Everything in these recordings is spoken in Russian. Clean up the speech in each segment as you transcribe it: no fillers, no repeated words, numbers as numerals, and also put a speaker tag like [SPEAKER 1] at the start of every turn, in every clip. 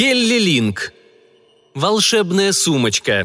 [SPEAKER 1] Келли Линк. Волшебная сумочка.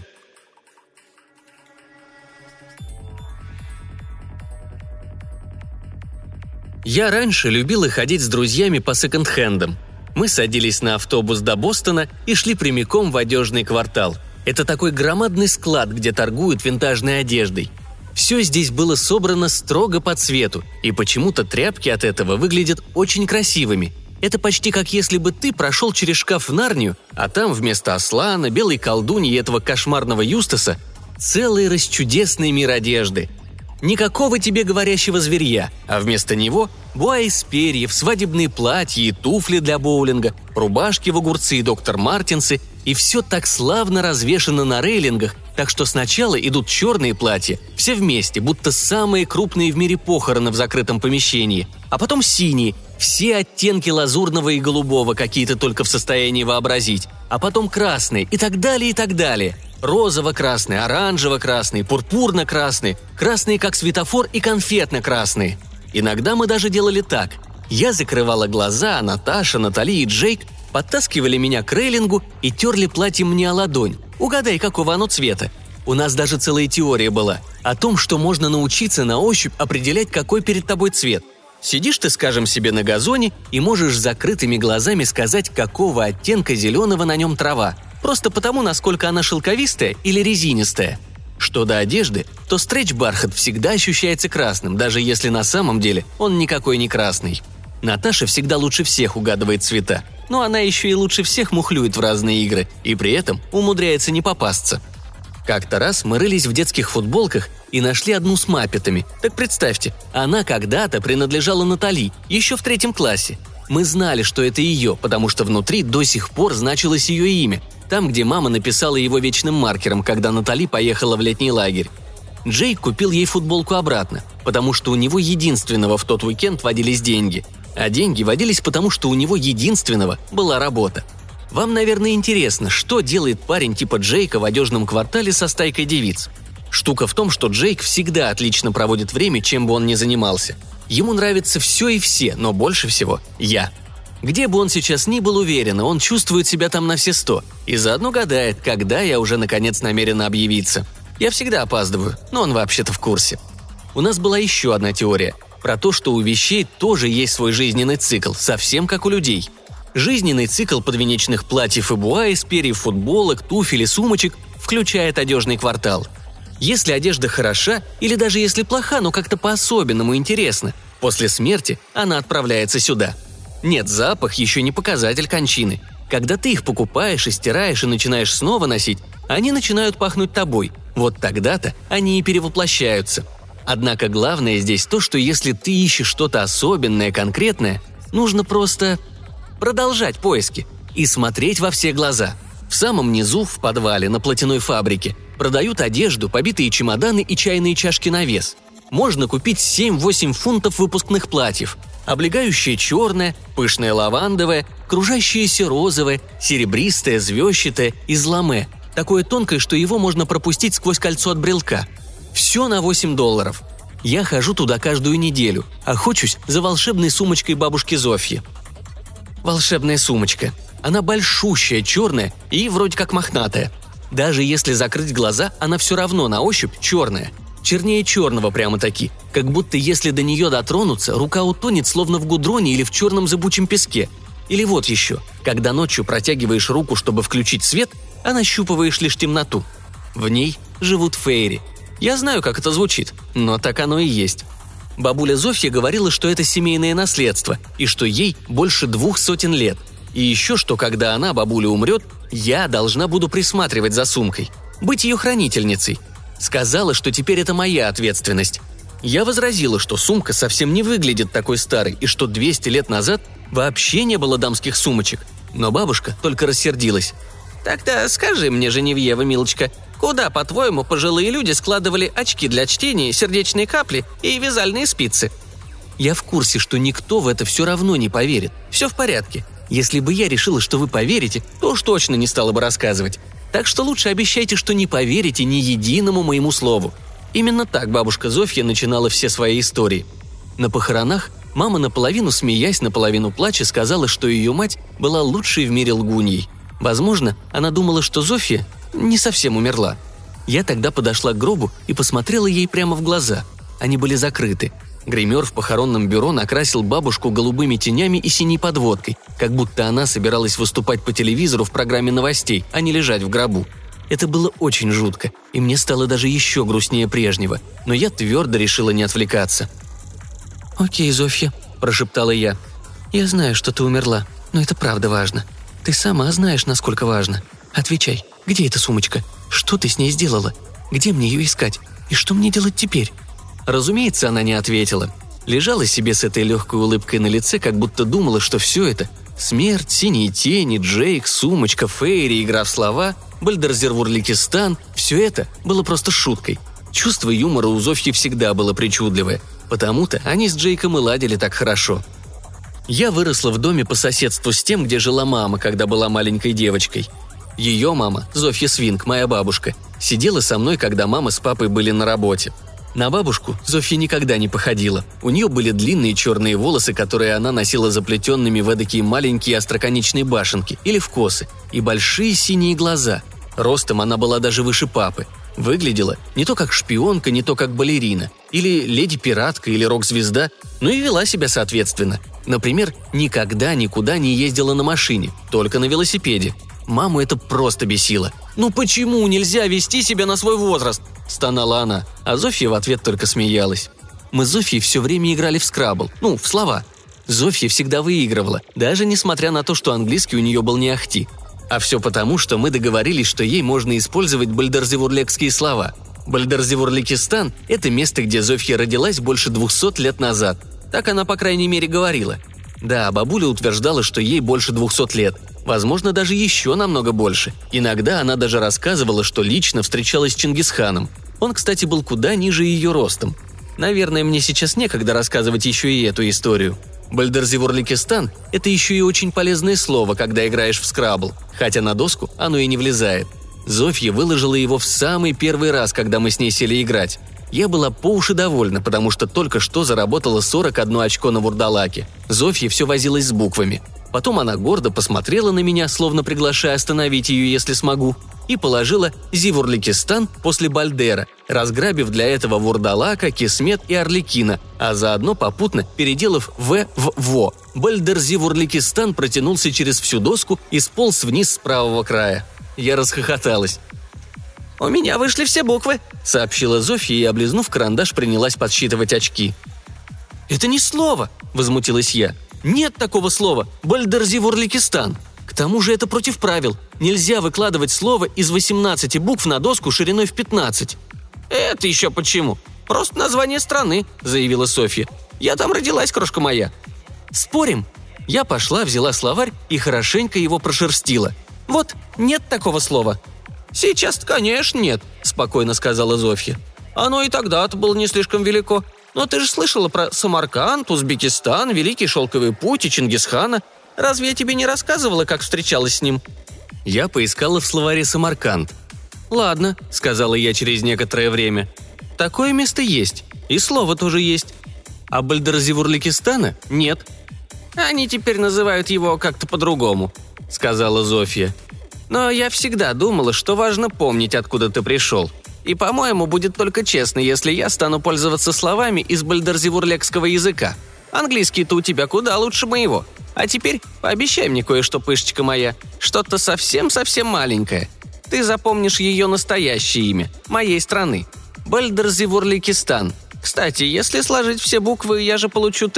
[SPEAKER 1] Я раньше любила ходить с друзьями по секонд-хендам. Мы садились на автобус до Бостона и шли прямиком в одежный квартал. Это такой громадный склад, где торгуют винтажной одеждой. Все здесь было собрано строго по цвету, и почему-то тряпки от этого выглядят очень красивыми. Это почти как если бы ты прошел через шкаф в Нарнию, а там вместо Аслана, белой колдуньи и этого кошмарного Юстаса целый расчудесный мир одежды. Никакого тебе говорящего зверья, а вместо него буа из перьев, свадебные платья и туфли для боулинга, рубашки в огурцы и доктор Мартинсы, и все так славно развешано на рейлингах, так что сначала идут черные платья, все вместе, будто самые крупные в мире похороны в закрытом помещении, а потом синие, все оттенки лазурного и голубого, какие ты только в состоянии вообразить, а потом красные и так далее, и так далее. Розово-красный, оранжево-красный, пурпурно-красный, красные как светофор и конфетно-красные. Иногда мы даже делали так. Я закрывала глаза, а Наташа, Натали и Джейк подтаскивали меня к рейлингу и терли платьем мне о ладонь. Угадай, какого оно цвета. У нас даже целая теория была о том, что можно научиться на ощупь определять, какой перед тобой цвет. Сидишь ты, скажем, себе на газоне и можешь с закрытыми глазами сказать, какого оттенка зеленого на нем трава. Просто потому, насколько она шелковистая или резинистая. Что до одежды, то стретч-бархат всегда ощущается красным, даже если на самом деле он никакой не красный. Наташа всегда лучше всех угадывает цвета, но она еще и лучше всех мухлюет в разные игры и при этом умудряется не попасться. Как-то раз мы рылись в детских футболках и нашли одну с маппетами. Так представьте, она когда-то принадлежала Натали, еще в 3 классе. Мы знали, что это ее, потому что внутри до сих пор значилось ее имя, там, где мама написала его вечным маркером, когда Натали поехала в летний лагерь. Джейк купил ей футболку обратно, потому что у него единственного в тот уикенд водились деньги. А деньги водились потому, что у него единственного была работа. Вам, наверное, интересно, что делает парень типа Джейка в одежном квартале со стайкой девиц. Штука в том, что Джейк всегда отлично проводит время, чем бы он ни занимался. Ему нравится все и все, но больше всего я. Где бы он сейчас ни был уверен, он чувствует себя там на все 100 и заодно гадает, когда я уже наконец намерена объявиться. Я всегда опаздываю, но он вообще-то в курсе. У нас была еще одна теория про то, что у вещей тоже есть свой жизненный цикл, совсем как у людей. Жизненный цикл подвенечных платьев и буа из перьев, футболок, туфель и сумочек включает одежный квартал. Если одежда хороша, или даже если плоха, но как-то по-особенному интересно, после смерти она отправляется сюда. Нет, запах еще не показатель кончины. Когда ты их покупаешь и стираешь и начинаешь снова носить, они начинают пахнуть тобой. Вот тогда-то они и перевоплощаются. Однако главное здесь то, что если ты ищешь что-то особенное, конкретное, нужно просто продолжать поиски и смотреть во все глаза. В самом низу, в подвале, на платяной фабрике, продают одежду, побитые чемоданы и чайные чашки на вес. Можно купить 7-8 фунтов выпускных платьев. Облегающее черное, пышное лавандовое, кружащееся розовое, серебристое, звездчатое, из ламе. Такое тонкое, что его можно пропустить сквозь кольцо от брелка. Все на $8. Я хожу туда каждую неделю, охочусь за волшебной сумочкой бабушки Зофьи. Волшебная сумочка. Она большущая, черная и вроде как мохнатая. Даже если закрыть глаза, она все равно на ощупь черная. Чернее черного прямо-таки, как будто если до нее дотронуться, рука утонет словно в гудроне или в черном зыбучем песке. Или вот еще, когда ночью протягиваешь руку, чтобы включить свет, а нащупываешь лишь темноту. В ней живут фейри. Я знаю, как это звучит, но так оно и есть. Бабуля Зофья говорила, что это семейное наследство, и что ей больше 200 лет. И еще что, когда она, бабуля, умрет, я должна буду присматривать за сумкой, быть ее хранительницей. Сказала, что теперь это моя ответственность. Я возразила, что сумка совсем не выглядит такой старой, и что 200 лет назад вообще не было дамских сумочек. Но бабушка только рассердилась. «Тогда скажи мне, Женевьева, милочка, куда, по-твоему, пожилые люди складывали очки для чтения, сердечные капли и вязальные спицы?» Я в курсе, что никто в это все равно не поверит. Все в порядке. Если бы я решила, что вы поверите, то уж точно не стала бы рассказывать. Так что лучше обещайте, что не поверите ни единому моему слову. Именно так бабушка Зофья начинала все свои истории. На похоронах мама наполовину смеясь, наполовину плача сказала, что ее мать была лучшей в мире лгуньей. Возможно, она думала, что Зофья не совсем умерла. Я тогда подошла к гробу и посмотрела ей прямо в глаза. Они были закрыты. Гример в похоронном бюро накрасил бабушку голубыми тенями и синей подводкой, как будто она собиралась выступать по телевизору в программе новостей, а не лежать в гробу. Это было очень жутко, и мне стало даже еще грустнее прежнего, но я твердо решила не отвлекаться. «Окей, Зофья», – прошептала я. «Я знаю, что ты умерла, но это правда важно. Ты сама знаешь, насколько важно. Отвечай, где эта сумочка? Что ты с ней сделала? Где мне ее искать? И что мне делать теперь?» Разумеется, она не ответила. Лежала себе с этой легкой улыбкой на лице, как будто думала, что все это – смерть, синие тени, Джейк, сумочка, Фейри, игра в слова, Бальдерзевур-Ликистан – все это было просто шуткой. Чувство юмора у Зофьи всегда было причудливое, потому-то они с Джейком и ладили так хорошо. Я выросла в доме по соседству с тем, где жила мама, когда была маленькой девочкой. Ее мама, Зофья Свинг, моя бабушка, сидела со мной, когда мама с папой были на работе. На бабушку Зофья никогда не походила. У нее были длинные черные волосы, которые она носила заплетенными в эдакие маленькие остроконечные башенки или в косы, и большие синие глаза. Ростом она была даже выше папы. Выглядела не то как шпионка, не то как балерина, или леди-пиратка, или рок-звезда, но и вела себя соответственно. Например, никогда никуда не ездила на машине, только на велосипеде. Маму это просто бесило. «Ну почему нельзя вести себя на свой возраст?» – стонала она, а Зофья в ответ только смеялась. Мы с Зофьей все время играли в скрабл, в слова. Зофья всегда выигрывала, даже несмотря на то, что английский у нее был не ахти. А все потому, что мы договорились, что ей можно использовать бальдерзевурлекские слова. Бальдерзевур-Ликистан – это место, где Зофья родилась больше 200 лет назад. Так она, по крайней мере, говорила. Да, бабуля утверждала, что ей больше 200 лет. Возможно, даже еще намного больше. Иногда она даже рассказывала, что лично встречалась с Чингисханом. Он, кстати, был куда ниже ее ростом. Наверное, мне сейчас некогда рассказывать еще и эту историю. Бальдерзевур-Ликистан – это еще и очень полезное слово, когда играешь в скрабл, хотя на доску оно и не влезает. Зофья выложила его в самый первый раз, когда мы с ней сели играть. Я была по уши довольна, потому что только что заработала 41 очко на вурдалаке. Зофья все возилась с буквами. Потом она гордо посмотрела на меня, словно приглашая остановить ее, если смогу, и положила Зивур-Ликистан после Бальдера, разграбив для этого Вурдалака, Кисмет и Орликина, а заодно попутно переделав «В» в «Во». Бальдер-Зивур-Ликистан протянулся через всю доску и сполз вниз с правого края. Я расхохоталась. «У меня вышли все буквы», — сообщила Зофья и, облизнув карандаш, принялась подсчитывать очки. «Это не слово», — возмутилась я. «Нет такого слова «Бальдерзевур-Ликистан». К тому же это против правил. Нельзя выкладывать слово из 18 букв на доску шириной в 15. «Это еще почему? Просто название страны», — заявила Софья. «Я там родилась, крошка моя». «Спорим?» Я пошла, взяла словарь и хорошенько его прошерстила. «Вот, нет такого слова». «Сейчас-то, конечно, нет», — спокойно сказала Зофья. «Оно и тогда-то было не слишком велико. Но ты же слышала про Самарканд, Узбекистан, Великий Шелковый путь и Чингисхана. Разве я тебе не рассказывала, как встречалась с ним?» Я поискала в словаре Самарканд. «Ладно», — сказала я через некоторое время. «Такое место есть. И слово тоже есть. А Бальдерзевур-Ликистана нет». «Они теперь называют его как-то по-другому», — сказала Зофья. «Но я всегда думала, что важно помнить, откуда ты пришел. И, по-моему, будет только честно, если я стану пользоваться словами из бальдерзевурлекского языка. Английский-то у тебя куда лучше моего. А теперь пообещай мне кое-что, пышечка моя, что-то совсем-совсем маленькое. Ты запомнишь ее настоящее имя, моей страны. Бальдерзевур-Ликистан. Кстати, если сложить все буквы, я же получу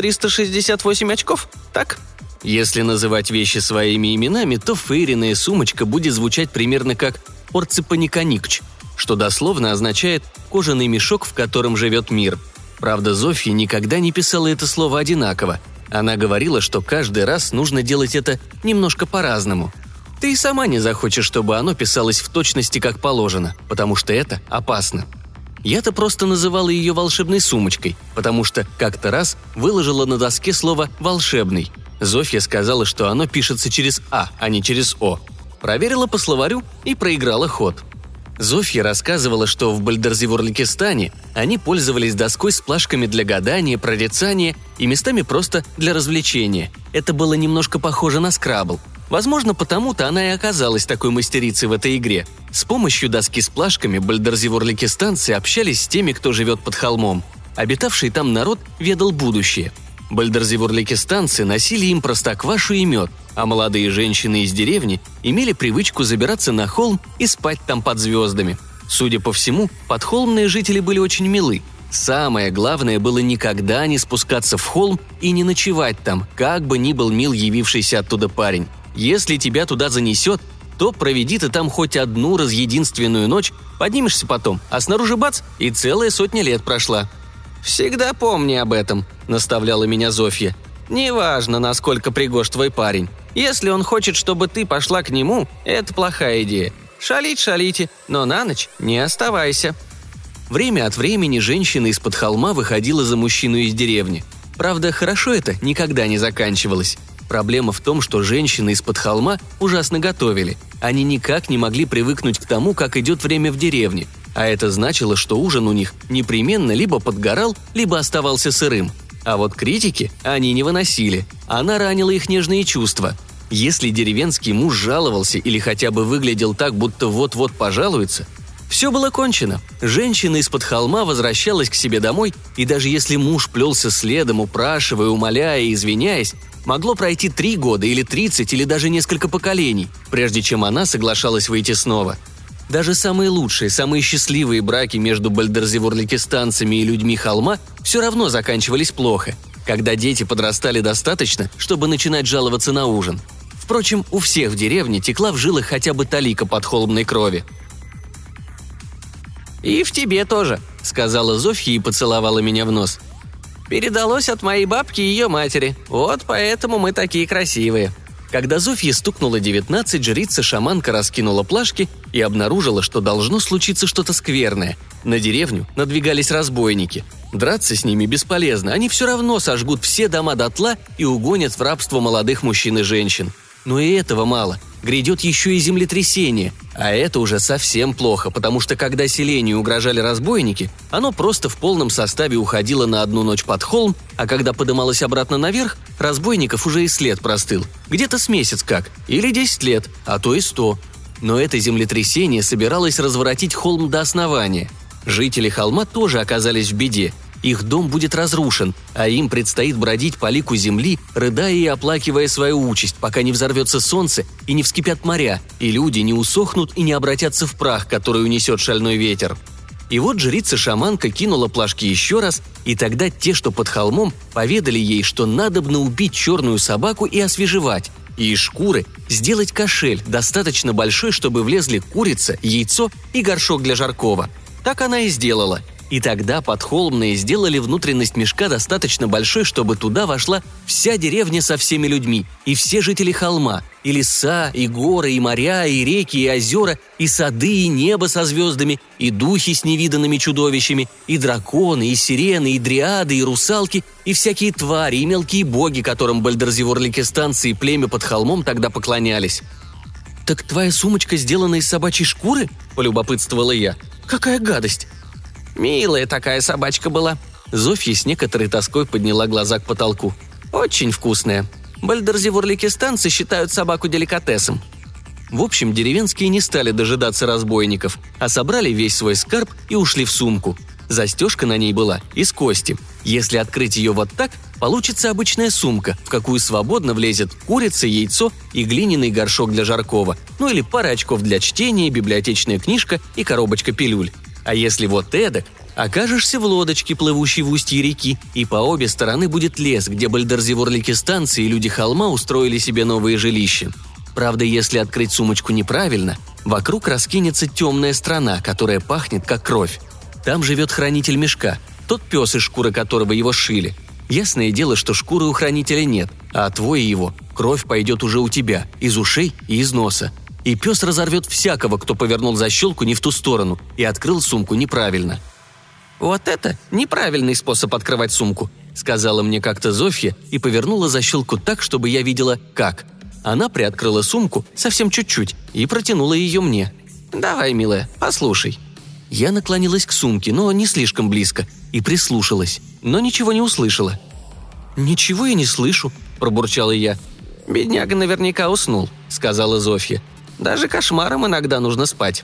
[SPEAKER 1] 368 очков, так?» Если называть вещи своими именами, то фейриная сумочка будет звучать примерно как «орципаниканикч», что дословно означает «кожаный мешок, в котором живет мир». Правда, Зофья никогда не писала это слово одинаково. Она говорила, что каждый раз нужно делать это немножко по-разному. Ты и сама не захочешь, чтобы оно писалось в точности как положено, потому что это опасно. Я-то просто называла ее волшебной сумочкой, потому что как-то раз выложила на доске слово «волшебный». Зофья сказала, что оно пишется через «а», а не через «о». Проверила по словарю и проиграла ход. Зофья рассказывала, что в Бальдерзевур-Ликистане они пользовались доской с плашками для гадания, прорицания и местами просто для развлечения. Это было немножко похоже на скрабл. Возможно, потому-то она и оказалась такой мастерицей в этой игре. С помощью доски с плашками бальдерзивурликистанцы общались с теми, кто живет под холмом. Обитавший там народ ведал будущее. Бальдерзивурликистанцы носили им простоквашу и мед, а молодые женщины из деревни имели привычку забираться на холм и спать там под звездами. Судя по всему, подхолмные жители были очень милы. Самое главное было никогда не спускаться в холм и не ночевать там, как бы ни был мил явившийся оттуда парень. Если тебя туда занесет, то проведи ты там хоть одну разъединственную ночь, поднимешься потом, а снаружи бац, и целая 100 лет прошла. «Всегда помни об этом», – наставляла меня Зофья. «Неважно, насколько пригож твой парень. Если он хочет, чтобы ты пошла к нему, это плохая идея. Шалить шалите, но на ночь не оставайся». Время от времени женщина из-под холма выходила за мужчину из деревни. Правда, хорошо это никогда не заканчивалось. Проблема в том, что женщины из-под холма ужасно готовили. Они никак не могли привыкнуть к тому, как идет время в деревне. А это значило, что ужин у них непременно либо подгорал, либо оставался сырым. А вот критики они не выносили. Она ранила их нежные чувства. Если деревенский муж жаловался или хотя бы выглядел так, будто вот-вот пожалуется, все было кончено. Женщина из-под холма возвращалась к себе домой, и даже если муж плелся следом, упрашивая, умоляя и извиняясь, могло пройти 3 года или 30 или даже несколько поколений, прежде чем она соглашалась выйти снова. Даже самые лучшие, самые счастливые браки между бальдерзивурликистанцами и людьми холма все равно заканчивались плохо, когда дети подрастали достаточно, чтобы начинать жаловаться на ужин. Впрочем, у всех в деревне текла в жилах хотя бы талика подхолмной крови. «И в тебе тоже», — сказала Зофья и поцеловала меня в нос. «Передалось от моей бабки и ее матери. Вот поэтому мы такие красивые». Когда Зофье стукнуло 19, жрица-шаманка раскинула плашки и обнаружила, что должно случиться что-то скверное. На деревню надвигались разбойники. Драться с ними бесполезно, они все равно сожгут все дома дотла и угонят в рабство молодых мужчин и женщин. Но и этого мало. Грядет еще и землетрясение, а это уже совсем плохо, потому что когда селению угрожали разбойники, оно просто в полном составе уходило на одну ночь под холм, а когда подымалось обратно наверх, разбойников уже и след простыл. Где-то с месяц как, или 10 лет, а то и 100. Но это землетрясение собиралось разворотить холм до основания. Жители холма тоже оказались в беде. Их дом будет разрушен, а им предстоит бродить по лику земли, рыдая и оплакивая свою участь, пока не взорвется солнце и не вскипят моря, и люди не усохнут и не обратятся в прах, который унесет шальной ветер. И вот жрица-шаманка кинула плашки еще раз, и тогда те, что под холмом, поведали ей, что надобно убить черную собаку и освежевать, и из шкуры сделать кошель, достаточно большой, чтобы влезли курица, яйцо и горшок для жаркого. Так она и сделала. И тогда подхолмные сделали внутренность мешка достаточно большой, чтобы туда вошла вся деревня со всеми людьми, и все жители холма, и леса, и горы, и моря, и реки, и озера, и сады, и небо со звездами, и духи с невиданными чудовищами, и драконы, и сирены, и дриады, и русалки, и всякие твари, и мелкие боги, которым бальдерзивурликистанцы и племя под холмом тогда поклонялись. «Так твоя сумочка сделана из собачьей шкуры?» – полюбопытствовала я. «Какая гадость!» «Милая такая собачка была». Зофья с некоторой тоской подняла глаза к потолку. «Очень вкусная. Бальдерзивурликистанцы считают собаку деликатесом». В общем, деревенские не стали дожидаться разбойников, а собрали весь свой скарб и ушли в сумку. Застежка на ней была из кости. Если открыть ее вот так, получится обычная сумка, в какую свободно влезет курица, яйцо и глиняный горшок для жаркого, ну или пара очков для чтения, библиотечная книжка и коробочка пилюль. А если вот эдак, окажешься в лодочке, плывущей в устье реки, и по обе стороны будет лес, где бальдерзивурликистанцы и люди холма устроили себе новые жилища. Правда, если открыть сумочку неправильно, вокруг раскинется темная страна, которая пахнет как кровь. Там живет хранитель мешка, тот пес, из шкуры которого его сшили. Ясное дело, что шкуры у хранителя нет, а от воя его кровь пойдет уже у тебя, из ушей и из носа. И пес разорвет всякого, кто повернул защелку не в ту сторону и открыл сумку неправильно. «Вот это неправильный способ открывать сумку», — сказала мне как-то Зофья и повернула защелку так, чтобы я видела, как. Она приоткрыла сумку совсем чуть-чуть и протянула ее мне. «Давай, милая, послушай». Я наклонилась к сумке, но не слишком близко, и прислушалась, но ничего не услышала. «Ничего я не слышу», — пробурчала я. «Бедняга наверняка уснул», — сказала Зофья. «Даже кошмарам иногда нужно спать».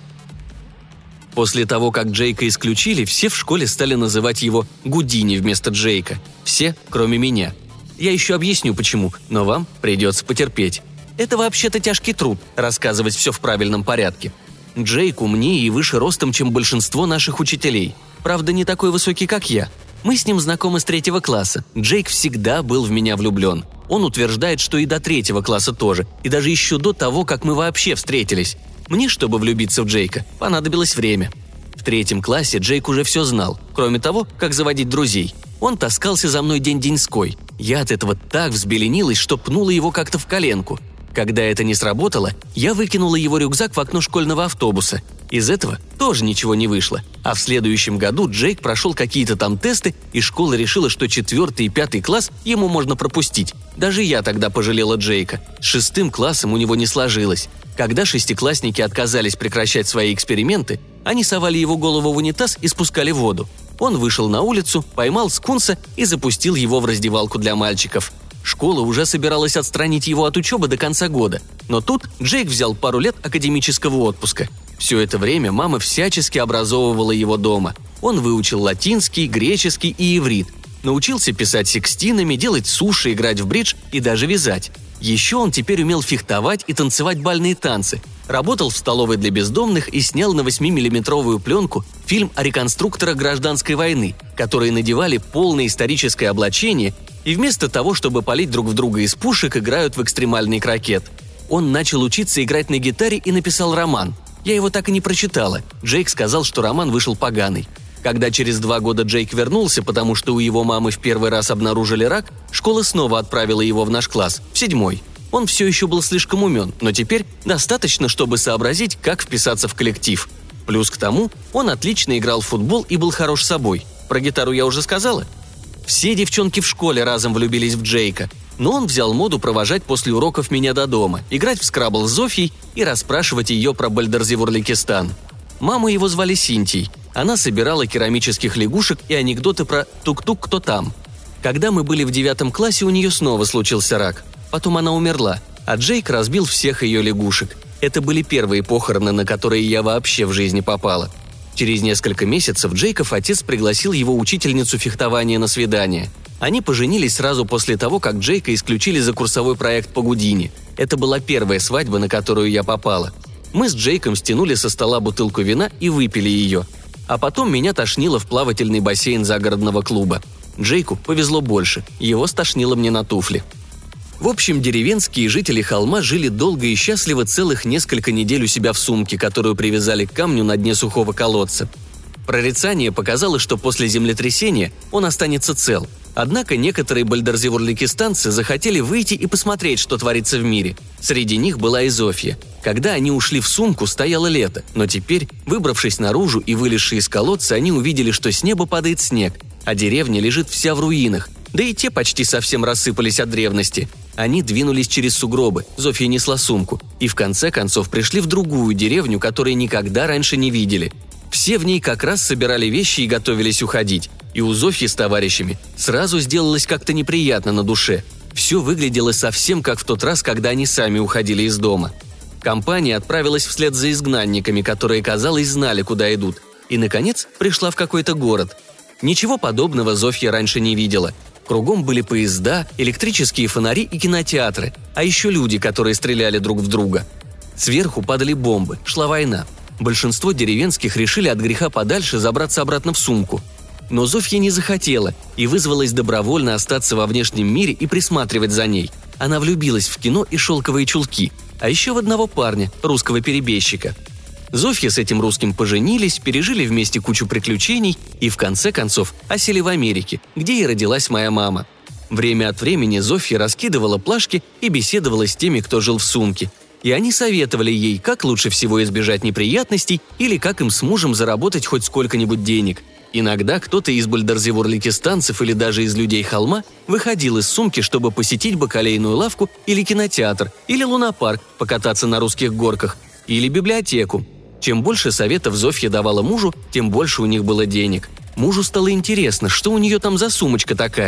[SPEAKER 1] После того, как Джейка исключили, все в школе стали называть его Гудини вместо Джейка. Все, кроме меня. Я еще объясню, почему, но вам придется потерпеть. Это вообще-то тяжкий труд – рассказывать все в правильном порядке. Джейк умнее и выше ростом, чем большинство наших учителей. Правда, не такой высокий, как я. Мы с ним знакомы с 3 класса. Джейк всегда был в меня влюблен. Он утверждает, что и до 3 класса тоже, и даже еще до того, как мы вообще встретились. Мне, чтобы влюбиться в Джейка, понадобилось время. В 3 классе Джейк уже все знал, кроме того, как заводить друзей. Он таскался за мной день-деньской. Я от этого так взбеленилась, что пнула его как-то в коленку. Когда это не сработало, я выкинула его рюкзак в окно школьного автобуса. Из этого тоже ничего не вышло. А в следующем году Джейк прошел какие-то там тесты, и школа решила, что 4 и 5 класс ему можно пропустить. Даже я тогда пожалела Джейка. С 6 классом у него не сложилось. Когда 6-классники отказались прекращать свои эксперименты, они совали его голову в унитаз и спускали воду. Он вышел на улицу, поймал скунса и запустил его в раздевалку для мальчиков. Школа уже собиралась отстранить его от учебы до конца года, но тут Джейк взял пару лет академического отпуска. Все это время мама всячески образовывала его дома. Он выучил латинский, греческий и иврит. Научился писать секстинами, делать суши, играть в бридж и даже вязать. Еще он теперь умел фехтовать и танцевать бальные танцы. Работал в столовой для бездомных и снял на 8-миллиметровую пленку фильм о реконструкторах гражданской войны, которые надевали полное историческое облачение и вместо того, чтобы палить друг в друга из пушек, играют в экстремальный крокет. Он начал учиться играть на гитаре и написал роман. Я его так и не прочитала. Джейк сказал, что роман вышел поганый. Когда через 2 года Джейк вернулся, потому что у его мамы в первый раз обнаружили рак, школа снова отправила его в наш класс, в 7-й. Он все еще был слишком умен, но теперь достаточно, чтобы сообразить, как вписаться в коллектив. Плюс к тому, он отлично играл в футбол и был хорош собой. Про гитару я уже сказала. Все девчонки в школе разом влюбились в Джейка, но он взял моду провожать после уроков меня до дома, играть в скрабл с Зофьей и расспрашивать ее про Бальдарзивур-Лекистан. Маму его звали Синтией. Она собирала керамических лягушек и анекдоты про «тук-тук, кто там?». Когда мы были в 9 классе, у нее снова случился рак. Потом она умерла, а Джейк разбил всех ее лягушек. Это были первые похороны, на которые я вообще в жизни попала. Через несколько месяцев Джейков отец пригласил его учительницу фехтования на свидание. Они поженились сразу после того, как Джейка исключили за курсовой проект по Гудини. Это была первая свадьба, на которую я попала. Мы с Джейком стянули со стола бутылку вина и выпили ее. А потом меня тошнило в плавательный бассейн загородного клуба. Джейку повезло больше, его стошнило мне на туфли. В общем, деревенские жители холма жили долго и счастливо целых несколько недель у себя в сумке, которую привязали к камню на дне сухого колодца. Прорицание показало, что после землетрясения он останется цел. Однако некоторые бальдарзивур-лекистанцы захотели выйти и посмотреть, что творится в мире. Среди них была и Зофья. Когда они ушли в сумку, стояло лето, но теперь, выбравшись наружу и вылезши из колодца, они увидели, что с неба падает снег, а деревня лежит вся в руинах, да и те почти совсем рассыпались от древности. Они двинулись через сугробы, Зофья несла сумку, и в конце концов пришли в другую деревню, которую никогда раньше не видели. Все в ней как раз собирали вещи и готовились уходить. И у Зофьи с товарищами сразу сделалось как-то неприятно на душе. Все выглядело совсем как в тот раз, когда они сами уходили из дома. Компания отправилась вслед за изгнанниками, которые, казалось, знали, куда идут. И, наконец, пришла в какой-то город. Ничего подобного Зофья раньше не видела. Кругом были поезда, электрические фонари и кинотеатры, а еще люди, которые стреляли друг в друга. Сверху падали бомбы, шла война. Большинство деревенских решили от греха подальше забраться обратно в сумку. Но Зофья не захотела и вызвалась добровольно остаться во внешнем мире и присматривать за ней. Она влюбилась в кино и шелковые чулки, а еще в одного парня, русского перебежчика. Зофья с этим русским поженились, пережили вместе кучу приключений и, в конце концов, осели в Америке, где и родилась моя мама. Время от времени Зофья раскидывала плашки и беседовала с теми, кто жил в сумке. И они советовали ей, как лучше всего избежать неприятностей или как им с мужем заработать хоть сколько-нибудь денег. Иногда кто-то из бальдарзивур-лекистанцев или даже из людей холма выходил из сумки, чтобы посетить бакалейную лавку или кинотеатр, или лунопарк, покататься на русских горках, или библиотеку. Чем больше советов Зофья давала мужу, тем больше у них было денег. Мужу стало интересно, что у нее там за сумочка такая.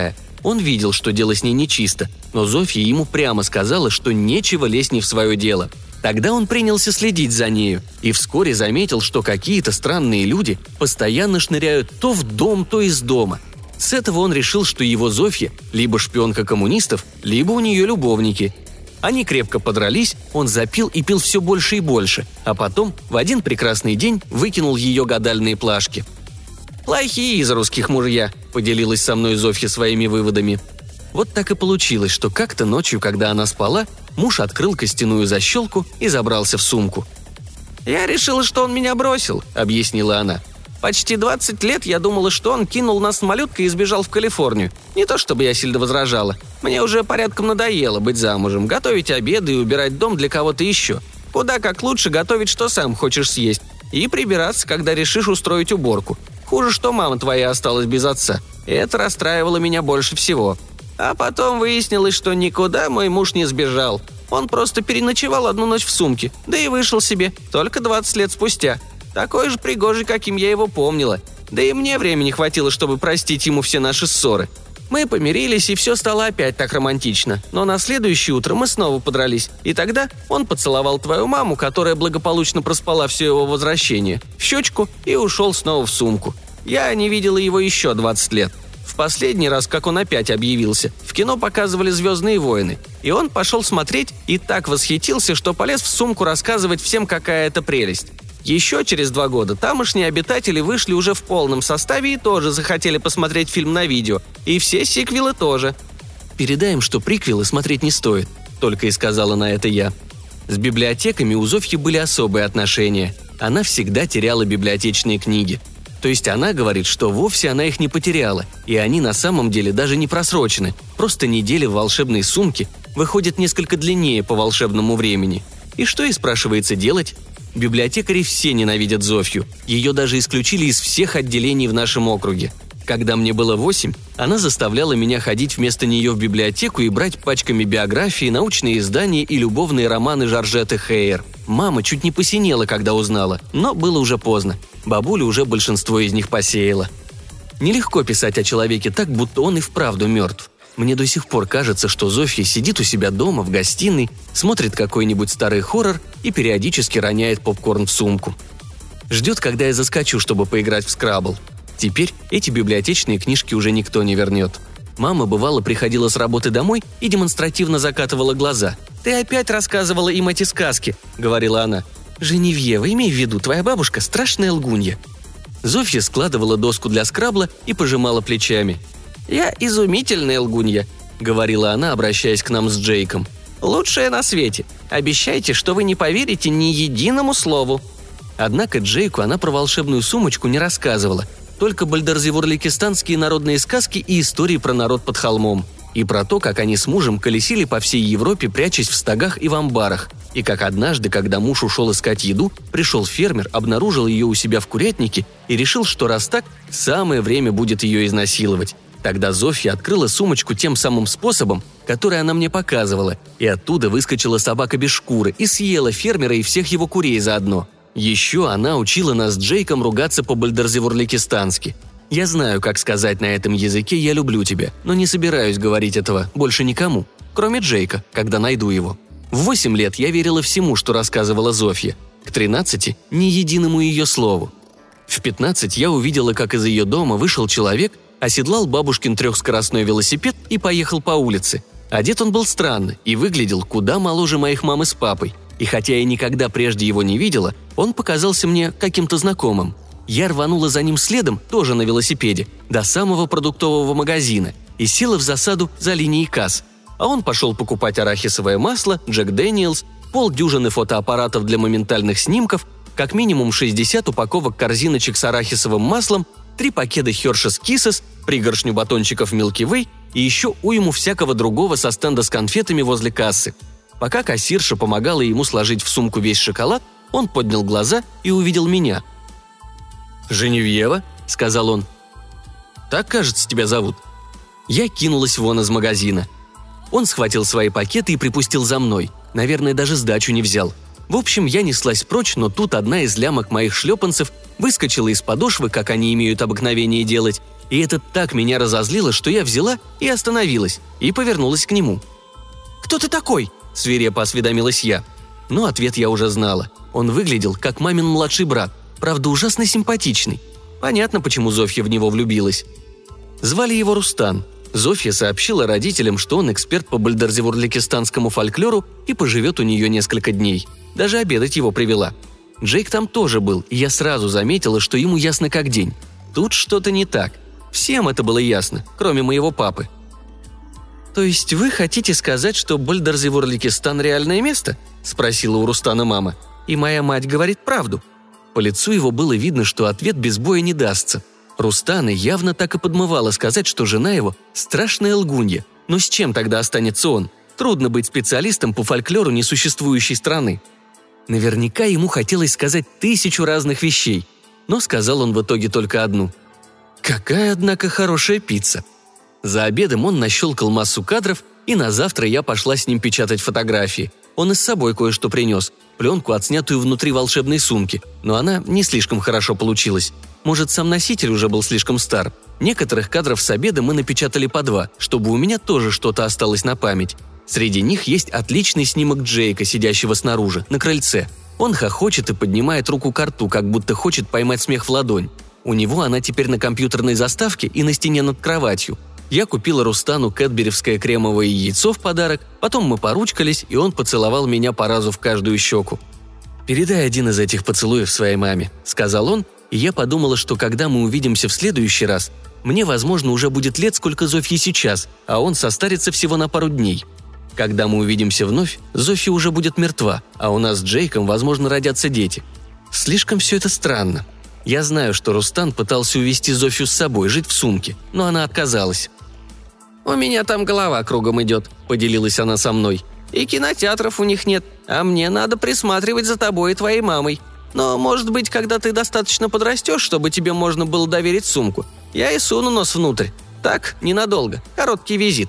[SPEAKER 1] Он видел, что дело с ней нечисто, но Зофья ему прямо сказала, что нечего лезть не в свое дело. Тогда он принялся следить за нею и вскоре заметил, что какие-то странные люди постоянно шныряют то в дом, то из дома. С этого он решил, что его Зофья либо шпионка коммунистов, либо у нее любовники. Они крепко подрались, он запил и пил все больше и больше, а потом в один прекрасный день выкинул ее гадальные плашки. «Плохие из русских мужья», – поделилась со мной Зофья своими выводами. Вот так и получилось, что как-то ночью, когда она спала, муж открыл костяную защелку и забрался в сумку. «Я решила, что он меня бросил», – объяснила она. «Почти 20 лет я думала, что он кинул нас с малюткой и сбежал в Калифорнию. Не то чтобы я сильно возражала. Мне уже порядком надоело быть замужем, готовить обеды и убирать дом для кого-то еще. Куда как лучше готовить, что сам хочешь съесть, и прибираться, когда решишь устроить уборку. Хуже, что мама твоя осталась без отца. Это расстраивало меня больше всего. А потом выяснилось, что никуда мой муж не сбежал. Он просто переночевал одну ночь в сумке, да и вышел себе, только 20 лет спустя. Такой же пригожий, каким я его помнила. Да и мне времени хватило, чтобы простить ему все наши ссоры. Мы помирились, и все стало опять так романтично. Но на следующее утро мы снова подрались. И тогда он поцеловал твою маму, которая благополучно проспала все его возвращение, в щечку и ушел снова в сумку. Я не видела его еще 20 лет. В последний раз, как он опять объявился, в кино показывали «Звездные войны». И он пошел смотреть и так восхитился, что полез в сумку рассказывать всем, какая это прелесть. Еще через 2 года тамошние обитатели вышли уже в полном составе и тоже захотели посмотреть фильм на видео. И все сиквелы тоже. «Передай им, что приквелы смотреть не стоит», – только и сказала на это я. С библиотеками у Зофьи были особые отношения. Она всегда теряла библиотечные книги. То есть она говорит, что вовсе она их не потеряла, и они на самом деле даже не просрочены. Просто неделя в волшебной сумке выходит несколько длиннее по волшебному времени. И что ей, спрашивается, делать? Библиотекари все ненавидят Зофью. Ее даже исключили из всех отделений в нашем округе. Когда мне было 8, она заставляла меня ходить вместо нее в библиотеку и брать пачками биографии, научные издания и любовные романы Жоржетты Хейер. Мама чуть не посинела, когда узнала, но было уже поздно. Бабуля уже большинство из них посеяла. Нелегко писать о человеке так, будто он и вправду мертв. Мне до сих пор кажется, что Зофья сидит у себя дома в гостиной, смотрит какой-нибудь старый хоррор и периодически роняет попкорн в сумку. Ждет, когда я заскочу, чтобы поиграть в скрабл. Теперь эти библиотечные книжки уже никто не вернет. Мама, бывало, приходила с работы домой и демонстративно закатывала глаза. «Ты опять рассказывала им эти сказки», — говорила она. «Женевьева, имей в виду, твоя бабушка страшная лгунья». Зофья складывала доску для скрабла и пожимала плечами. «Я изумительная лгунья», — говорила она, обращаясь к нам с Джейком. «Лучшая на свете. Обещайте, что вы не поверите ни единому слову». Однако Джейку она про волшебную сумочку не рассказывала, только бальдерзевурликистанские народные сказки и истории про народ под холмом. И про то, как они с мужем колесили по всей Европе, прячась в стогах и в амбарах. И как однажды, когда муж ушел искать еду, пришел фермер, обнаружил ее у себя в курятнике и решил, что раз так, самое время будет ее изнасиловать. Тогда Зофья открыла сумочку тем самым способом, который она мне показывала, и оттуда выскочила собака без шкуры и съела фермера и всех его курей заодно. Еще она учила нас с Джейком ругаться по-бальдерзевурликистански. Я знаю, как сказать на этом языке «я люблю тебя», но не собираюсь говорить этого больше никому, кроме Джейка, когда найду его. В 8 лет я верила всему, что рассказывала Зофья. К 13 – ни единому ее слову. В 15 я увидела, как из ее дома вышел человек, оседлал бабушкин трехскоростной велосипед и поехал по улице. Одет он был странно и выглядел куда моложе моих мамы с папой. И хотя я никогда прежде его не видела, он показался мне каким-то знакомым. Я рванула за ним следом, тоже на велосипеде, до самого продуктового магазина и села в засаду за линией касс. А он пошел покупать арахисовое масло, Джек Дэниелс, полдюжины фотоаппаратов для моментальных снимков, как минимум 60 упаковок корзиночек с арахисовым маслом, 3 пакета Hershey's Kisses, пригоршню батончиков Milky Way и еще уйму всякого другого со стенда с конфетами возле кассы. Пока кассирша помогала ему сложить в сумку весь шоколад, он поднял глаза и увидел меня. «Женевьева?» – сказал он. «Так, кажется, тебя зовут». Я кинулась вон из магазина. Он схватил свои пакеты и припустил за мной. Наверное, даже сдачу не взял. В общем, я неслась прочь, но тут одна из лямок моих шлепанцев выскочила из подошвы, как они имеют обыкновение делать, И это так меня разозлило, что я взяла и остановилась, и повернулась к нему. «Кто ты такой?» – свирепо осведомилась я. Но ответ я уже знала. Он выглядел как мамин младший брат, правда ужасно симпатичный. Понятно, почему Зофья в него влюбилась. Звали его Рустан. Зофья сообщила родителям, что он эксперт по бальдерзевурликистанскому фольклору и поживет у нее несколько дней. Даже обедать его привела. Джейк там тоже был, и я сразу заметила, что ему ясно как день. Тут что-то не так. Всем это было ясно, кроме моего папы. «То есть вы хотите сказать, что Бальдерзевурликистан – реальное место?» – спросила у Рустана мама. «И моя мать говорит правду». По лицу его было видно, что ответ без боя не дастся. Рустана явно так и подмывала сказать, что жена его – страшная лгунья. Но с чем тогда останется он? Трудно быть специалистом по фольклору несуществующей страны. Наверняка ему хотелось сказать 1000 разных вещей, но сказал он в итоге только одну. «Какая, однако, хорошая пицца!» За обедом он нащелкал массу кадров, и на завтра я пошла с ним печатать фотографии. Он и с собой кое-что принес – пленку, отснятую внутри волшебной сумки, но она не слишком хорошо получилась. Может, сам носитель уже был слишком стар. Некоторых кадров с обеда мы напечатали по 2, чтобы у меня тоже что-то осталось на память. Среди них есть отличный снимок Джейка, сидящего снаружи, на крыльце. Он хохочет и поднимает руку к рту, как будто хочет поймать смех в ладонь. У него она теперь на компьютерной заставке и на стене над кроватью. Я купила Рустану кэтберевское кремовое яйцо в подарок, потом мы поручкались, и он поцеловал меня по разу в каждую щеку. «Передай один из этих поцелуев своей маме», — сказал он, и я подумала, что когда мы увидимся в следующий раз, мне, возможно, уже будет лет, сколько Зофье сейчас, а он состарится всего на пару дней. Когда мы увидимся вновь, Зофья уже будет мертва, а у нас с Джейком, возможно, родятся дети. Слишком все это странно. Я знаю, что Рустан пытался увезти Зофью с собой, жить в сумке, но она отказалась. «У меня там голова кругом идет», — поделилась она со мной. «И кинотеатров у них нет, а мне надо присматривать за тобой и твоей мамой. Но, может быть, когда ты достаточно подрастешь, чтобы тебе можно было доверить сумку, я и суну нос внутрь. Так, ненадолго, короткий визит».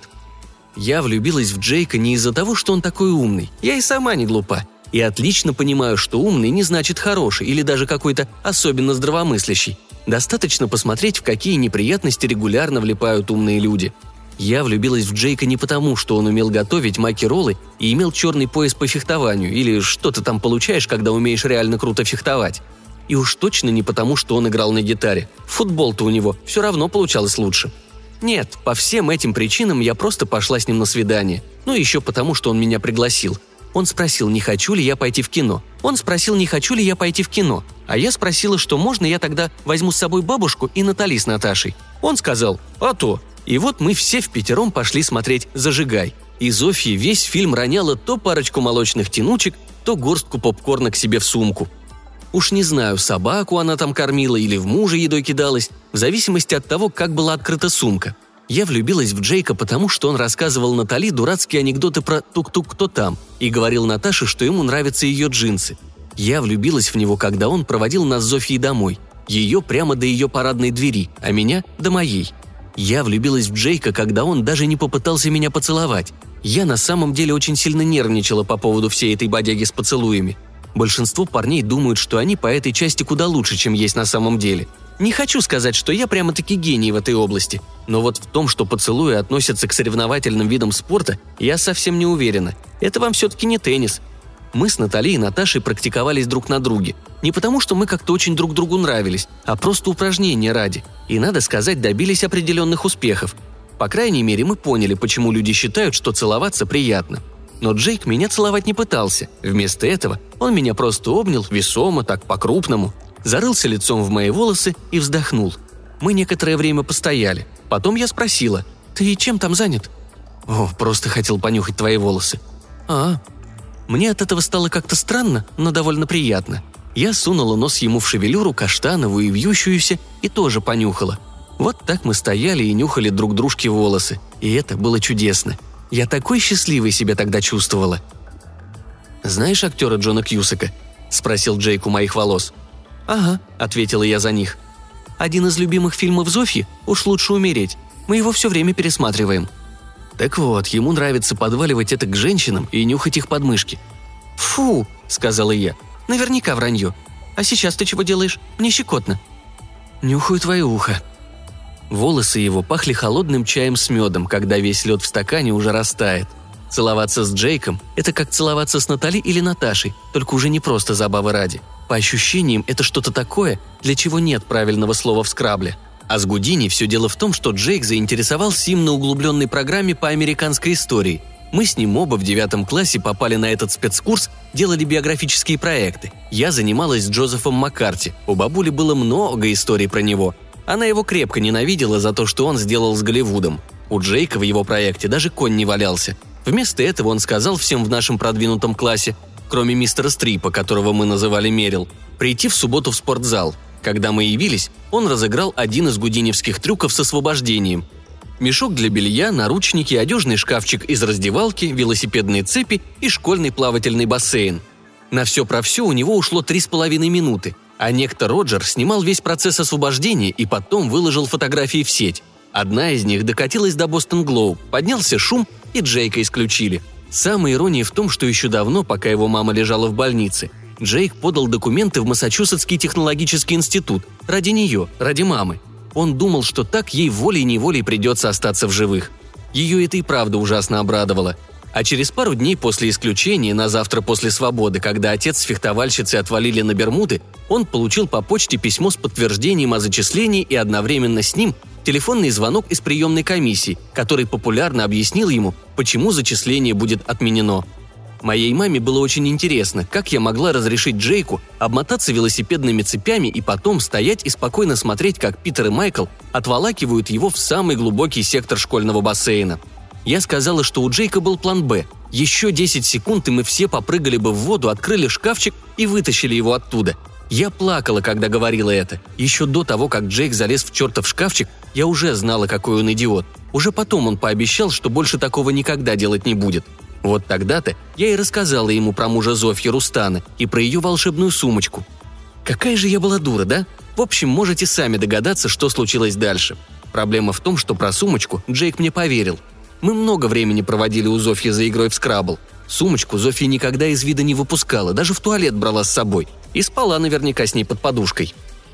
[SPEAKER 1] Я влюбилась в Джейка не из-за того, что он такой умный. Я и сама не глупа. И отлично понимаю, что умный не значит хороший или даже какой-то особенно здравомыслящий. Достаточно посмотреть, в какие неприятности регулярно влипают умные люди. Я влюбилась в Джейка не потому, что он умел готовить маки-роллы и имел черный пояс по фехтованию, или что ты там получаешь, когда умеешь реально круто фехтовать. И уж точно не потому, что он играл на гитаре. Футбол-то у него все равно получалось лучше. Нет, по всем этим причинам я просто пошла с ним на свидание. Ну и еще потому, что он меня пригласил. Он спросил, не хочу ли я пойти в кино. Он спросил, не хочу ли я пойти в кино. А я спросила, что можно я тогда возьму с собой бабушку и Натали с Наташей. Он сказал, а то. И вот мы все впятером пошли смотреть «Зажигай». И Зофья весь фильм роняла то парочку молочных тянучек, то горстку попкорна к себе в сумку. Уж не знаю, собаку она там кормила или в мужа едой кидалась, в зависимости от того, как была открыта сумка. Я влюбилась в Джейка потому, что он рассказывал Натали дурацкие анекдоты про «тук-тук, кто там» и говорил Наташе, что ему нравятся ее джинсы. Я влюбилась в него, когда он проводил нас с Зофьей домой. Ее прямо до ее парадной двери, а меня – до моей. Я влюбилась в Джейка, когда он даже не попытался меня поцеловать. Я на самом деле очень сильно нервничала по поводу всей этой бодяги с поцелуями. Большинство парней думают, что они по этой части куда лучше, чем есть на самом деле. Не хочу сказать, что я прямо-таки гений в этой области, но вот в том, что поцелуи относятся к соревновательным видам спорта, я совсем не уверена. Это вам все-таки не теннис. Мы с Натальей и Наташей практиковались друг на друге. Не потому, что мы как-то очень друг другу нравились, а просто упражнения ради. И, надо сказать, добились определенных успехов. По крайней мере, мы поняли, почему люди считают, что целоваться приятно. Но Джейк меня целовать не пытался. Вместо этого он меня просто обнял, весомо, так по-крупному, зарылся лицом в мои волосы и вздохнул. Мы некоторое время постояли. Потом я спросила, «Ты чем там занят?» «О, просто хотел понюхать твои волосы». «А, мне от этого стало как-то странно, но довольно приятно. Я сунула нос ему в шевелюру, каштановую и вьющуюся, и тоже понюхала. Вот так мы стояли и нюхали друг дружке волосы, и это было чудесно. Я такой счастливой себя тогда чувствовала». «Знаешь актера Джона Кьюсака?» – спросил Джейк у моих волос. «Ага», – ответила я за них. «Один из любимых фильмов Зофьи «Уж лучше умереть». Мы его все время пересматриваем». Так вот, ему нравится подваливать это к женщинам и нюхать их подмышки. «Фу», – сказала я, – «наверняка вранье. А сейчас ты чего делаешь? Мне щекотно». «Нюхаю твое ухо». Волосы его пахли холодным чаем с медом, когда весь лед в стакане уже растает. Целоваться с Джейком – это как целоваться с Натали или Наташей, только уже не просто забавы ради. По ощущениям, это что-то такое, для чего нет правильного слова в скрабле. А с Гудини все дело в том, что Джейк заинтересовался им на углубленной программе по американской истории. Мы с ним оба в 9 классе попали на этот спецкурс, делали биографические проекты. Я занималась с Джозефом Маккарти, у бабули было много историй про него. Она его крепко ненавидела за то, что он сделал с Голливудом. У Джейка в его проекте даже конь не валялся. Вместо этого он сказал всем в нашем продвинутом классе, кроме мистера Стрипа, которого мы называли Мерил, прийти в субботу в спортзал. Когда мы явились, он разыграл один из гудиневских трюков с освобождением. Мешок для белья, наручники, одежный шкафчик из раздевалки, велосипедные цепи и школьный плавательный бассейн. На все про все у него ушло 3,5 минуты, а некто Роджер снимал весь процесс освобождения и потом выложил фотографии в сеть. Одна из них докатилась до Бостон Глоуб, поднялся шум, и Джейка исключили. Самая ирония в том, что еще давно, пока его мама лежала в больнице, Джейк подал документы в Массачусетский технологический институт. Ради нее, ради мамы. Он думал, что так ей волей-неволей придется остаться в живых. Ее это и правда ужасно обрадовало. А через пару дней после исключения, на завтра после свободы, когда отец с фехтовальщицей отвалили на Бермуды, он получил по почте письмо с подтверждением о зачислении и одновременно с ним телефонный звонок из приемной комиссии, который популярно объяснил ему, почему зачисление будет отменено. Моей маме было очень интересно, как я могла разрешить Джейку обмотаться велосипедными цепями и потом стоять и спокойно смотреть, как Питер и Майкл отволакивают его в самый глубокий сектор школьного бассейна. Я сказала, что у Джейка был план «Б». Еще 10 секунд, и мы все попрыгали бы в воду, открыли шкафчик и вытащили его оттуда. Я плакала, когда говорила это. Еще до того, как Джейк залез в чертов шкафчик, я уже знала, какой он идиот. Уже потом он пообещал, что больше такого никогда делать не будет. Вот тогда-то я и рассказала ему про мужа Зофьи Рустана и про ее волшебную сумочку. Какая же я была дура, да? В общем, можете сами догадаться, что случилось дальше. Проблема в том, что про сумочку Джейк мне поверил. Мы много времени проводили у Зофьи за игрой в скрабл. Сумочку Зофья никогда из вида не выпускала, даже в туалет брала с собой. И спала наверняка с ней под подушкой.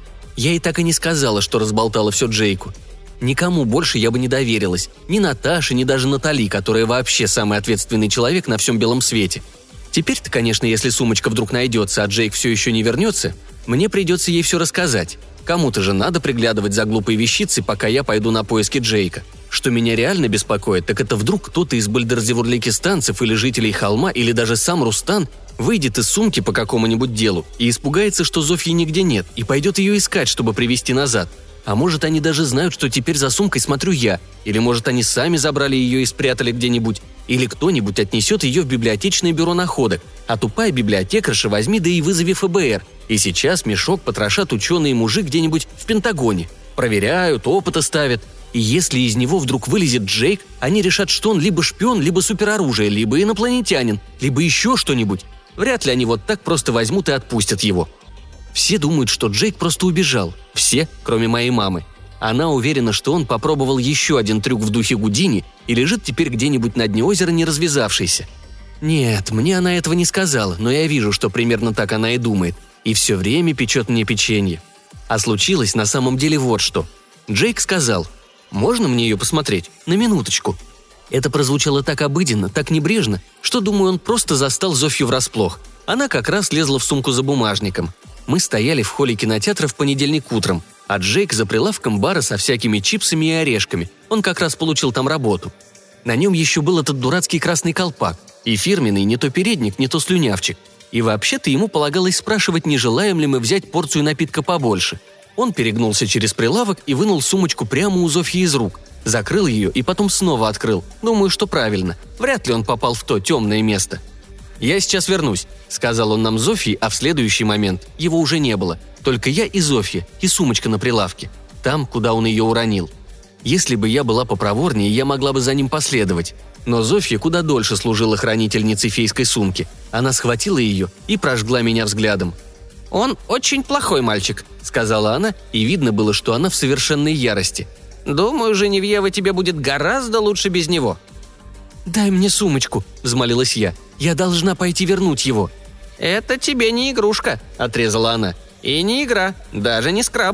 [SPEAKER 1] Я ей так и не сказала, что разболтала все Джейку. Никому больше я бы не доверилась. Ни Наташе, ни даже Натали, которая вообще самый ответственный человек на всем белом свете. Теперь-то, конечно, если сумочка вдруг найдется, а Джейк все еще не вернется, мне придется ей все рассказать. Кому-то же надо приглядывать за глупой вещицей, пока я пойду на поиски Джейка. Что меня реально беспокоит, так это вдруг кто-то из бальдерзевурликистанцев или жителей холма, или даже сам Рустан, выйдет из сумки по какому-нибудь делу и испугается, что Зофьи нигде нет, и пойдет ее искать, чтобы привезти назад. А может, они даже знают, что теперь за сумкой смотрю я, или может, они сами забрали ее и спрятали где-нибудь, или кто-нибудь отнесет ее в библиотечное бюро находок, а тупая библиотекарша возьми да и вызови ФБР, и сейчас мешок потрошат ученые и мужик где-нибудь в Пентагоне. Проверяют, опыты ставят. И если из него вдруг вылезет Джейк, они решат, что он либо шпион, либо супероружие, либо инопланетянин, либо еще что-нибудь. Вряд ли они вот так просто возьмут и отпустят его. Все думают, что Джейк просто убежал. Все, кроме моей мамы. Она уверена, что он попробовал еще один трюк в духе Гудини и лежит теперь где-нибудь на дне озера не развязавшийся. Нет, мне она этого не сказала, но я вижу, что примерно так она и думает. И все время печет мне печенье. А случилось на самом деле вот что. Джейк сказал: «Можно мне ее посмотреть? На минуточку». Это прозвучало так обыденно, так небрежно, что, думаю, он просто застал Зофью врасплох. Она как раз лезла в сумку за бумажником. Мы стояли в холле кинотеатра в понедельник утром, а Джейк за прилавком бара со всякими чипсами и орешками. Он как раз получил там работу. На нем еще был этот дурацкий красный колпак и фирменный не то передник, не то слюнявчик. И вообще-то ему полагалось спрашивать, не желаем ли мы взять порцию напитка побольше. Он перегнулся через прилавок и вынул сумочку прямо у Зофьи из рук. Закрыл ее и потом снова открыл. Думаю, что правильно. Вряд ли он попал в то темное место. «Я сейчас вернусь», — сказал он нам Зофье, а в следующий момент его уже не было. Только я и Зофья, и сумочка на прилавке. Там, куда он ее уронил. Если бы я была попроворнее, я могла бы за ним последовать. Но Зофья куда дольше служила хранительницей фейской сумки. Она схватила ее и прожгла меня взглядом. «Он очень плохой мальчик», — сказала она, и видно было, что она в совершенной ярости. «Думаю, Женевьева тебе будет гораздо лучше без него». «Дай мне сумочку», — взмолилась я. «Я должна пойти вернуть его». «Это тебе не игрушка», — отрезала она. «И не игра, даже не скрабл.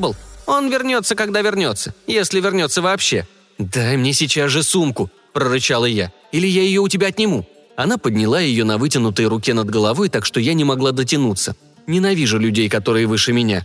[SPEAKER 1] Он вернется, когда вернется, если вернется вообще». «Дай мне сейчас же сумку», – прорычала я, – «или я ее у тебя отниму». Она подняла ее на вытянутой руке над головой, так что я не могла дотянуться. Ненавижу людей, которые выше меня.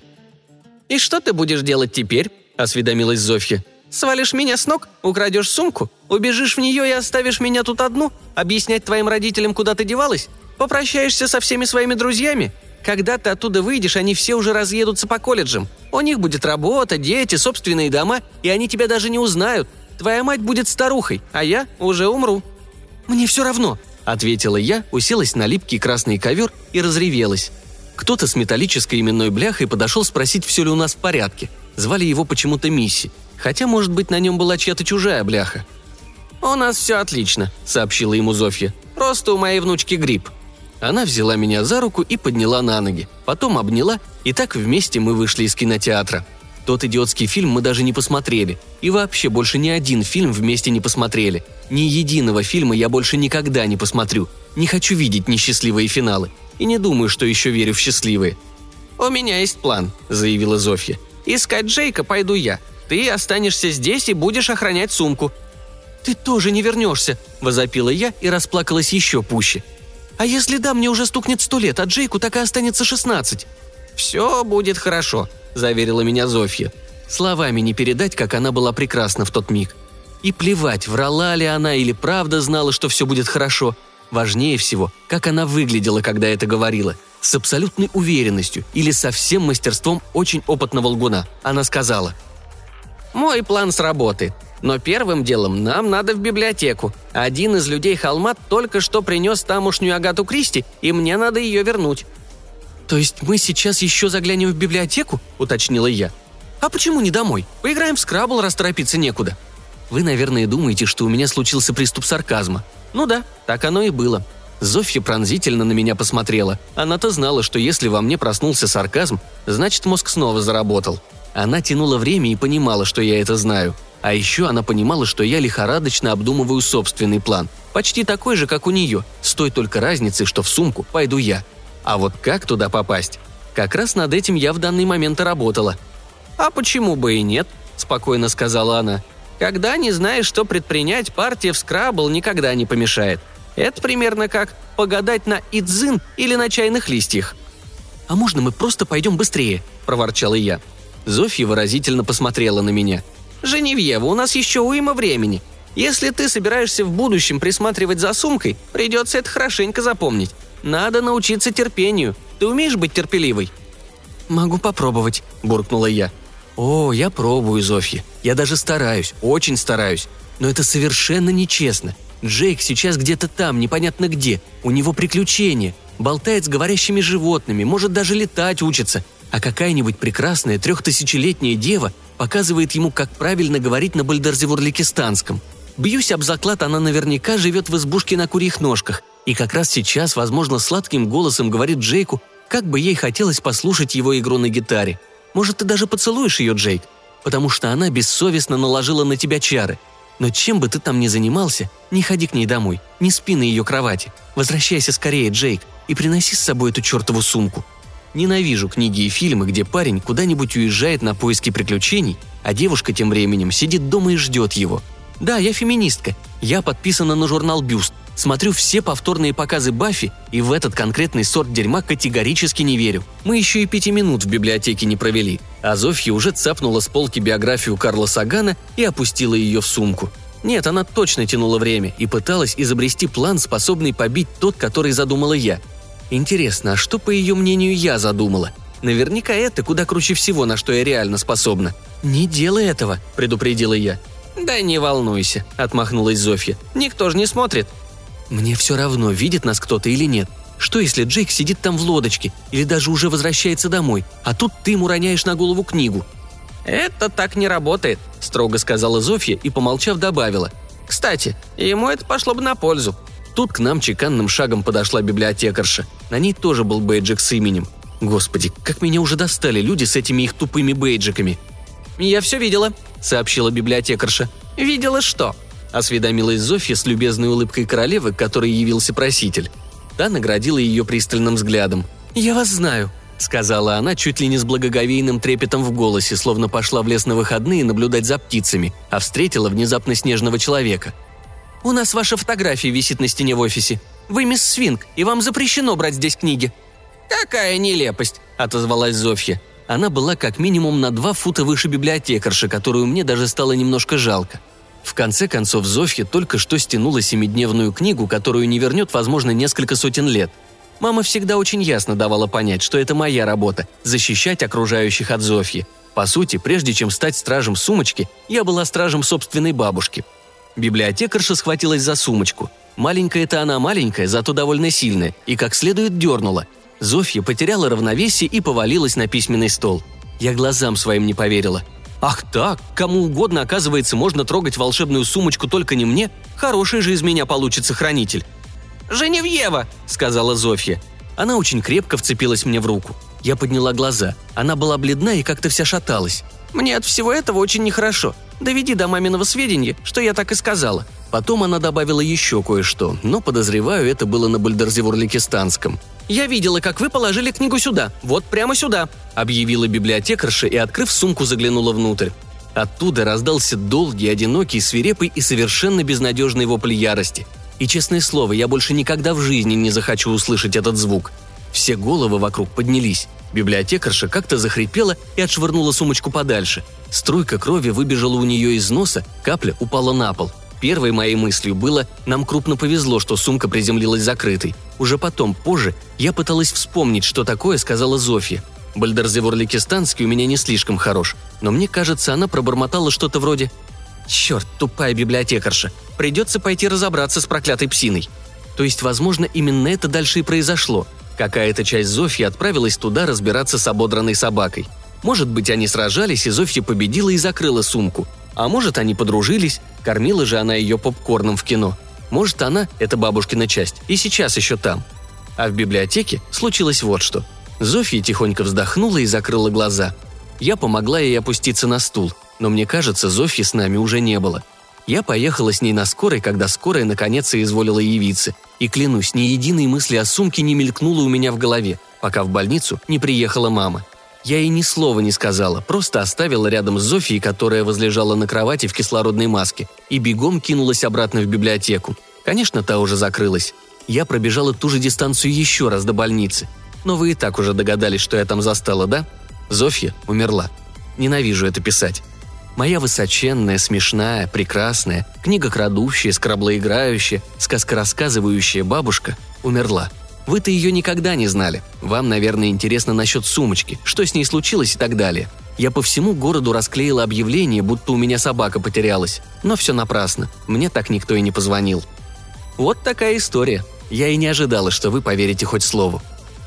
[SPEAKER 1] «И что ты будешь делать теперь?» – осведомилась Зофья. «Свалишь меня с ног? Украдешь сумку? Убежишь в нее и оставишь меня тут одну? Объяснять твоим родителям, куда ты девалась? Попрощаешься со всеми своими друзьями? Когда ты оттуда выйдешь, они все уже разъедутся по колледжам. У них будет работа, дети, собственные дома, и они тебя даже не узнают. Твоя мать будет старухой, а я уже умру». «Мне все равно», – ответила я, уселась на липкий красный ковер и разревелась. Кто-то с металлической именной бляхой подошел спросить, все ли у нас в порядке. Звали его почему-то Мисси, хотя, может быть, на нем была чья-то чужая бляха. «У нас все отлично», – сообщила ему Зофья. «Просто у моей внучки грипп». Она взяла меня за руку и подняла на ноги, потом обняла, и так вместе мы вышли из кинотеатра. Тот идиотский фильм мы даже не посмотрели, и вообще больше ни один фильм вместе не посмотрели. Ни единого фильма я больше никогда не посмотрю. Не хочу видеть несчастливые финалы. И не думаю, что еще верю в счастливые. «У меня есть план», – заявила Зофья. «Искать Джейка пойду я. Ты останешься здесь и будешь охранять сумку». «Ты тоже не вернешься», – возопила я и расплакалась еще пуще. «А если да, мне уже стукнет 100 лет, а Джейку так и останется 16». «Все будет хорошо», – заверила меня Зофья. Словами не передать, как она была прекрасна в тот миг. И плевать, врала ли она или правда знала, что все будет хорошо. Важнее всего, как она выглядела, когда это говорила. С абсолютной уверенностью или со всем мастерством очень опытного лгуна. Она сказала: «Мой план сработает. Но первым делом нам надо в библиотеку. Один из людей холма только что принес тамошнюю Агату Кристи, и мне надо ее вернуть». «То есть мы сейчас еще заглянем в библиотеку?» – уточнила я. «А почему не домой? Поиграем в скрабл, раз торопиться некуда». Вы, наверное, думаете, что у меня случился приступ сарказма. Ну да, так оно и было. Зофья пронзительно на меня посмотрела. Она-то знала, что если во мне проснулся сарказм, значит, мозг снова заработал. Она тянула время и понимала, что я это знаю. А еще она понимала, что я лихорадочно обдумываю собственный план. Почти такой же, как у нее, с той только разницей, что в сумку пойду я. А вот как туда попасть? Как раз над этим я в данный момент и работала. «А почему бы и нет?» – спокойно сказала она. «Когда не знаешь, что предпринять, партия в скрабл никогда не помешает. Это примерно как погадать на идзин или на чайных листьях». «А можно мы просто пойдем быстрее?» – проворчала я. Зофья выразительно посмотрела на меня. «Женевьева, у нас еще уйма времени. Если ты собираешься в будущем присматривать за сумкой, придется это хорошенько запомнить. Надо научиться терпению. Ты умеешь быть терпеливой?» «Могу попробовать», – буркнула я. «О, я пробую, Зофья. Я даже стараюсь, очень стараюсь. Но это совершенно нечестно. Джейк сейчас где-то там, непонятно где. У него приключения. Болтает с говорящими животными, может даже летать учится. А какая-нибудь прекрасная 3000-летняя дева показывает ему, как правильно говорить на бальдерзевурликистанском. Бьюсь об заклад, она наверняка живет в избушке на курьих ножках. И как раз сейчас, возможно, сладким голосом говорит Джейку, как бы ей хотелось послушать его игру на гитаре. Может, ты даже поцелуешь ее, Джейк? Потому что она бессовестно наложила на тебя чары. Но чем бы ты там ни занимался, не ходи к ней домой, не спи на ее кровати. Возвращайся скорее, Джейк, и приноси с собой эту чертову сумку. Ненавижу книги и фильмы, где парень куда-нибудь уезжает на поиски приключений, а девушка тем временем сидит дома и ждет его. Да, я феминистка. Я подписана на журнал «Бюст». Смотрю все повторные показы Баффи, и в этот конкретный сорт дерьма категорически не верю. Мы еще и 5 минут в библиотеке не провели, а Зофья уже цапнула с полки биографию Карла Сагана и опустила ее в сумку. Нет, она точно тянула время и пыталась изобрести план, способный побить тот, который задумала я. Интересно, а что, по ее мнению, я задумала? Наверняка это куда круче всего, на что я реально способна. «Не делай этого», – предупредила я. «Да не волнуйся», – отмахнулась Зофья. «Никто же не смотрит». «Мне все равно, видит нас кто-то или нет. Что, если Джейк сидит там в лодочке или даже уже возвращается домой, а тут ты ему роняешь на голову книгу?» «Это так не работает», – строго сказала Зофья и, помолчав, добавила. «Кстати, ему это пошло бы на пользу». Тут к нам чеканным шагом подошла библиотекарша. На ней тоже был бейджик с именем. Господи, как меня уже достали люди с этими их тупыми бейджиками. «Я все видела», – сообщила библиотекарша. «Видела что?» – осведомилась Зофья с любезной улыбкой королевы, к которой явился проситель. Та наградила ее пристальным взглядом. «Я вас знаю», – – сказала она чуть ли не с благоговейным трепетом в голосе, словно пошла в лес на выходные наблюдать за птицами, а встретила внезапно снежного человека. «У нас ваша фотография висит на стене в офисе. Вы мисс Свинг, и вам запрещено брать здесь книги». «Какая нелепость!» – отозвалась Зофья. Она была как минимум на 2 фута выше библиотекарши, которую мне даже стало немножко жалко. В конце концов, Зофья только что стянула 7-дневную книгу, которую не вернет, возможно, несколько сотен лет. Мама всегда очень ясно давала понять, что это моя работа – защищать окружающих от Зофьи. По сути, прежде чем стать стражем сумочки, я была стражем собственной бабушки. Библиотекарша схватилась за сумочку. Маленькая-то она маленькая, зато довольно сильная, и как следует дернула. Зофья потеряла равновесие и повалилась на письменный стол. Я глазам своим не поверила. «Ах так, кому угодно, оказывается, можно трогать волшебную сумочку, только не мне? Хороший же из меня получится хранитель». «Женевьева!» – сказала Зофья. Она очень крепко вцепилась мне в руку. Я подняла глаза. Она была бледна и как-то вся шаталась. «Мне от всего этого очень нехорошо. Доведи до маминого сведения, что я так и сказала». Потом она добавила еще кое-что, но, подозреваю, это было на бальдерзевурликистанском. «Я видела, как вы положили книгу сюда, вот прямо сюда», – объявила библиотекарша и, открыв сумку, заглянула внутрь. Оттуда раздался долгий, одинокий, свирепый и совершенно безнадежный вопль ярости. И, честное слово, я больше никогда в жизни не захочу услышать этот звук. Все головы вокруг поднялись. Библиотекарша как-то захрипела и отшвырнула сумочку подальше. Струйка крови выбежала у нее из носа, капля упала на пол. Первой моей мыслью было: нам крупно повезло, что сумка приземлилась закрытой. Уже потом, позже, я пыталась вспомнить, что такое сказала Зофья. Бальдерзевурликистанский у меня не слишком хорош, но мне кажется, она пробормотала что-то вроде: «Черт, тупая библиотекарша, придется пойти разобраться с проклятой псиной». То есть, возможно, именно это дальше и произошло. Какая-то часть Зофьи отправилась туда разбираться с ободранной собакой. Может быть, они сражались, и Зофья победила и закрыла сумку. А может, они подружились, кормила же она ее попкорном в кино. Может, она, это бабушкина часть, и сейчас еще там. А в библиотеке случилось вот что. Зофья тихонько вздохнула и закрыла глаза. Я помогла ей опуститься на стул, но мне кажется, Зофьи с нами уже не было. Я поехала с ней на скорой, когда скорая наконец соизволила явиться. И клянусь, ни единой мысли о сумке не мелькнуло у меня в голове, пока в больницу не приехала мама. Я ей ни слова не сказала, просто оставила рядом с Зофьей, которая возлежала на кровати в кислородной маске, и бегом кинулась обратно в библиотеку. Конечно, та уже закрылась. Я пробежала ту же дистанцию еще раз до больницы. Но вы и так уже догадались, что я там застала, да? Зофья умерла. Ненавижу это писать. Моя высоченная, смешная, прекрасная, книгокрадущая, скороблоиграющая, сказкорассказывающая бабушка умерла. Вы-то ее никогда не знали. Вам, наверное, интересно насчет сумочки, что с ней случилось и так далее. Я по всему городу расклеила объявление, будто у меня собака потерялась. Но все напрасно. Мне так никто и не позвонил. Вот такая история. Я и не ожидала, что вы поверите хоть слову.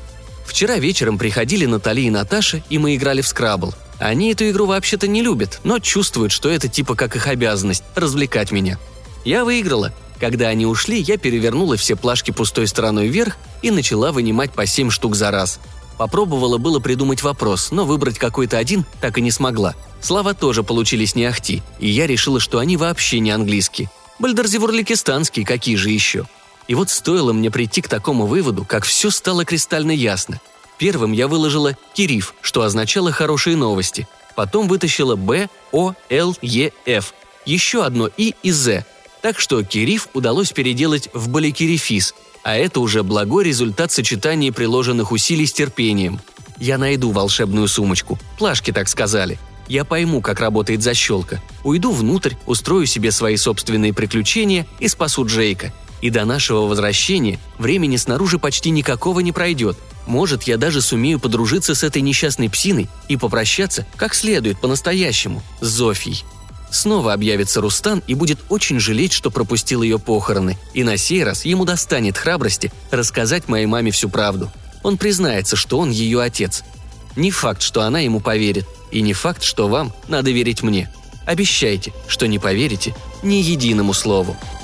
[SPEAKER 1] Вчера вечером приходили Натали и Наташа, и мы играли в скрабл. Они эту игру вообще-то не любят, но чувствуют, что это типа как их обязанность – развлекать меня. Я выиграла. Когда они ушли, я перевернула все плашки пустой стороной вверх и начала вынимать по 7 штук за раз. Попробовала было придумать вопрос, но выбрать какой-то один так и не смогла. Слова тоже получились не ахти, и я решила, что они вообще не английские. Бальдерзевурликистанские, какие же еще? И вот стоило мне прийти к такому выводу, как все стало кристально ясно. Первым я выложила «Кириф», что означало «хорошие новости». Потом вытащила «Б», «О», «Л», «Е», «Ф». Еще одно «И» и «З». Так что «Кириф» удалось переделать в «Баликирифис», а это уже благой результат сочетания приложенных усилий с терпением. Я найду волшебную сумочку. Плашки так сказали. Я пойму, как работает защелка. Уйду внутрь, устрою себе свои собственные приключения и спасу Джейка. И до нашего возвращения времени снаружи почти никакого не пройдет. Может, я даже сумею подружиться с этой несчастной псиной и попрощаться как следует по-настоящему с Зофьей. Снова объявится Рустан и будет очень жалеть, что пропустил ее похороны, и на сей раз ему достанет храбрости рассказать моей маме всю правду. Он признается, что он ее отец. Не факт, что она ему поверит, и не факт, что вам надо верить мне. Обещайте, что не поверите ни единому слову.